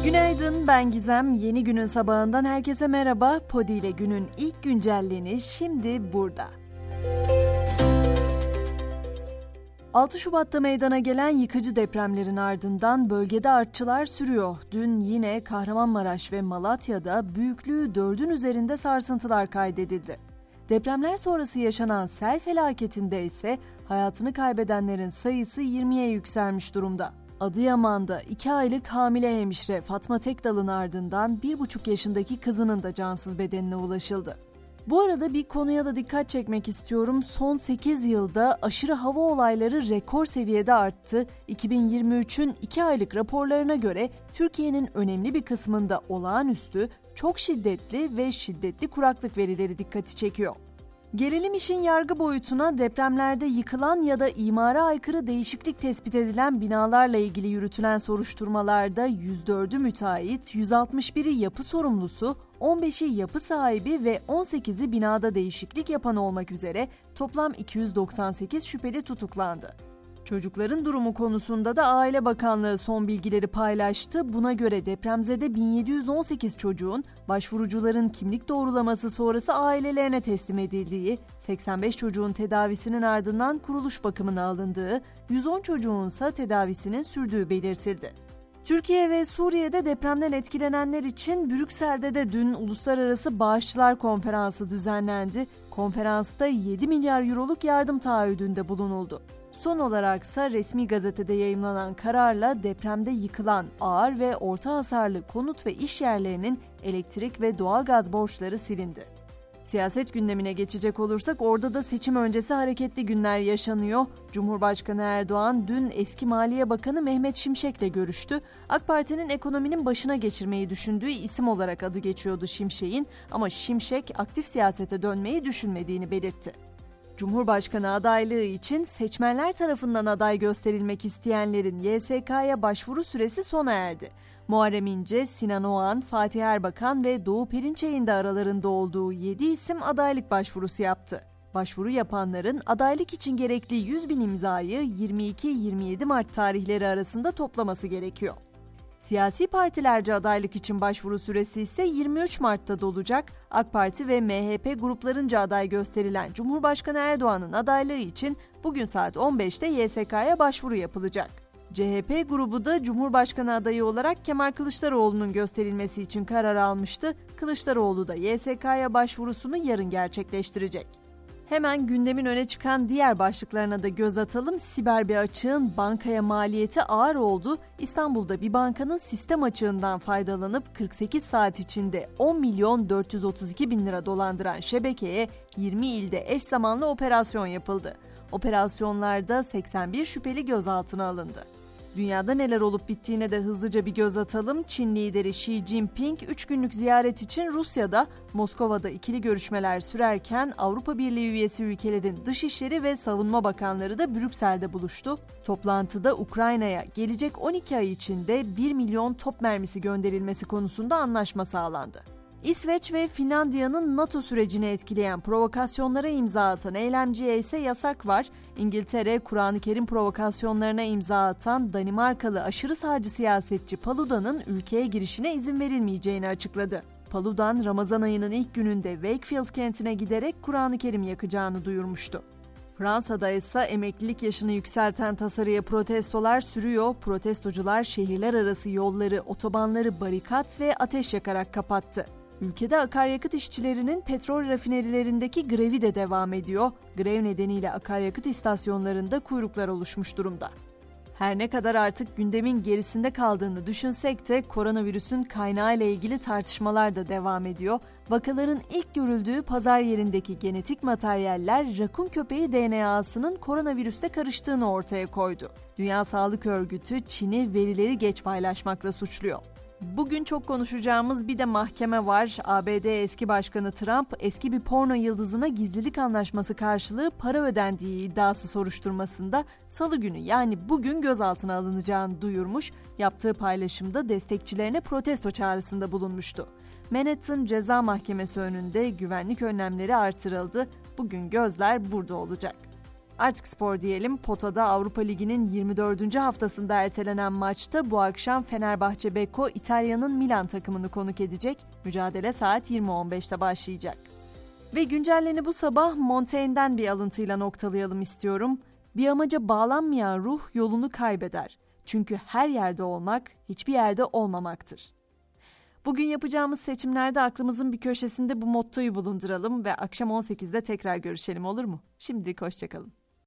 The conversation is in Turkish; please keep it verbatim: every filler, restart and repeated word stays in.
Günaydın, ben Gizem. Yeni günün sabahından herkese merhaba. Podi ile günün ilk güncelleni şimdi burada. altı Şubat'ta meydana gelen yıkıcı depremlerin ardından bölgede artçılar sürüyor. Dün yine Kahramanmaraş ve Malatya'da büyüklüğü dördün üzerinde sarsıntılar kaydedildi. Depremler sonrası yaşanan sel felaketinde ise hayatını kaybedenlerin sayısı yirmiye yükselmiş durumda. Adıyaman'da iki aylık hamile hemşire Fatma Tekdal'ın ardından bir buçuk yaşındaki kızının da cansız bedenine ulaşıldı. Bu arada bir konuya da dikkat çekmek istiyorum. Son sekiz yılda aşırı hava olayları rekor seviyede arttı. iki bin yirmi üçün iki aylık raporlarına göre Türkiye'nin önemli bir kısmında olağanüstü, çok şiddetli ve şiddetli kuraklık verileri dikkati çekiyor. Gelelim işin yargı boyutuna. Depremlerde yıkılan ya da imara aykırı değişiklik tespit edilen binalarla ilgili yürütülen soruşturmalarda yüz dördü müteahhit, yüz altmış biri yapı sorumlusu, on beşi yapı sahibi ve on sekizi binada değişiklik yapan olmak üzere toplam iki yüz doksan sekiz şüpheli tutuklandı. Çocukların durumu konusunda da Aile Bakanlığı son bilgileri paylaştı. Buna göre depremzede bin yedi yüz on sekiz çocuğun başvurucuların kimlik doğrulaması sonrası ailelerine teslim edildiği, seksen beş çocuğun tedavisinin ardından kuruluş bakımına alındığı, yüz on çocuğun ise tedavisinin sürdüğü belirtildi. Türkiye ve Suriye'de depremden etkilenenler için Brüksel'de de dün Uluslararası Bağışçılar Konferansı düzenlendi. Konferansta yedi milyar euroluk yardım taahhüdünde bulunuldu. Son olaraksa resmi gazetede yayımlanan kararla depremde yıkılan ağır ve orta hasarlı konut ve iş yerlerinin elektrik ve doğalgaz borçları silindi. Siyaset gündemine geçecek olursak orada da seçim öncesi hareketli günler yaşanıyor. Cumhurbaşkanı Erdoğan dün eski Maliye Bakanı Mehmet Şimşek'le görüştü. AK Parti'nin ekonominin başına geçirmeyi düşündüğü isim olarak adı geçiyordu Şimşek'in, ama Şimşek aktif siyasete dönmeyi düşünmediğini belirtti. Cumhurbaşkanı adaylığı için seçmenler tarafından aday gösterilmek isteyenlerin Y S K'ya başvuru süresi sona erdi. Muharrem İnce, Sinan Oğan, Fatih Erbakan ve Doğu Perinçek'in de aralarında olduğu yedi isim adaylık başvurusu yaptı. Başvuru yapanların adaylık için gerekli yüz bin imzayı yirmi iki yirmi yedi Mart tarihleri arasında toplaması gerekiyor. Siyasi partilerce adaylık için başvuru süresi ise yirmi üç Mart'ta dolacak. AK Parti ve M H P gruplarınca aday gösterilen Cumhurbaşkanı Erdoğan'ın adaylığı için bugün saat on beşte Y S K'ya başvuru yapılacak. C H P grubu da Cumhurbaşkanı adayı olarak Kemal Kılıçdaroğlu'nun gösterilmesi için karar almıştı. Kılıçdaroğlu da Y S K'ya başvurusunu yarın gerçekleştirecek. Hemen gündemin öne çıkan diğer başlıklarına da göz atalım. Siber bir açığın bankaya maliyeti ağır oldu. İstanbul'da bir bankanın sistem açığından faydalanıp kırk sekiz saat içinde on milyon dört yüz otuz iki bin lira dolandıran şebekeye yirmi ilde eş zamanlı operasyon yapıldı. Operasyonlarda seksen bir şüpheli gözaltına alındı. Dünyada neler olup bittiğine de hızlıca bir göz atalım. Çin lideri Xi Jinping üç günlük ziyaret için Rusya'da, Moskova'da ikili görüşmeler sürerken Avrupa Birliği üyesi ülkelerin dışişleri ve savunma bakanları da Brüksel'de buluştu. Toplantıda Ukrayna'ya gelecek on iki ay içinde bir milyon top mermisi gönderilmesi konusunda anlaşma sağlandı. İsveç ve Finlandiya'nın NATO sürecini etkileyen provokasyonlara imza atan eylemciye ise yasak var. İngiltere, Kur'an-ı Kerim provokasyonlarına imza atan Danimarkalı aşırı sağcı siyasetçi Paluda'nın ülkeye girişine izin verilmeyeceğini açıkladı. Paludan, Ramazan ayının ilk gününde Wakefield kentine giderek Kur'an-ı Kerim yakacağını duyurmuştu. Fransa'da ise emeklilik yaşını yükselten tasarıya protestolar sürüyor. Protestocular şehirler arası yolları, otobanları barikat ve ateş yakarak kapattı. Ülkede akaryakıt işçilerinin petrol rafinerilerindeki grevi de devam ediyor. Grev nedeniyle akaryakıt istasyonlarında kuyruklar oluşmuş durumda. Her ne kadar artık gündemin gerisinde kaldığını düşünsek de koronavirüsün kaynağı ile ilgili tartışmalar da devam ediyor. Vakaların ilk görüldüğü pazar yerindeki genetik materyaller rakun köpeği D N A'sının koronavirüste karıştığını ortaya koydu. Dünya Sağlık Örgütü Çin'i verileri geç paylaşmakla suçluyor. Bugün çok konuşacağımız bir de mahkeme var. A B D eski başkanı Trump, eski bir porno yıldızına gizlilik anlaşması karşılığı para ödendiği iddiası soruşturmasında Salı günü yani bugün gözaltına alınacağını duyurmuş, yaptığı paylaşımda destekçilerine protesto çağrısında bulunmuştu. Manhattan Ceza Mahkemesi önünde güvenlik önlemleri artırıldı. Bugün gözler burada olacak. Artık spor diyelim. Potada Avrupa Ligi'nin yirmi dördüncü haftasında ertelenen maçta bu akşam Fenerbahçe Beko İtalya'nın Milan takımını konuk edecek. Mücadele saat yirmi on beşte başlayacak. Ve güncelleni bu sabah Montaigne'den bir alıntıyla noktalayalım istiyorum. Bir amaca bağlanmayan ruh yolunu kaybeder. Çünkü her yerde olmak hiçbir yerde olmamaktır. Bugün yapacağımız seçimlerde aklımızın bir köşesinde bu mottoyu bulunduralım ve akşam on sekizde tekrar görüşelim, olur mu? Şimdilik hoşça kalın.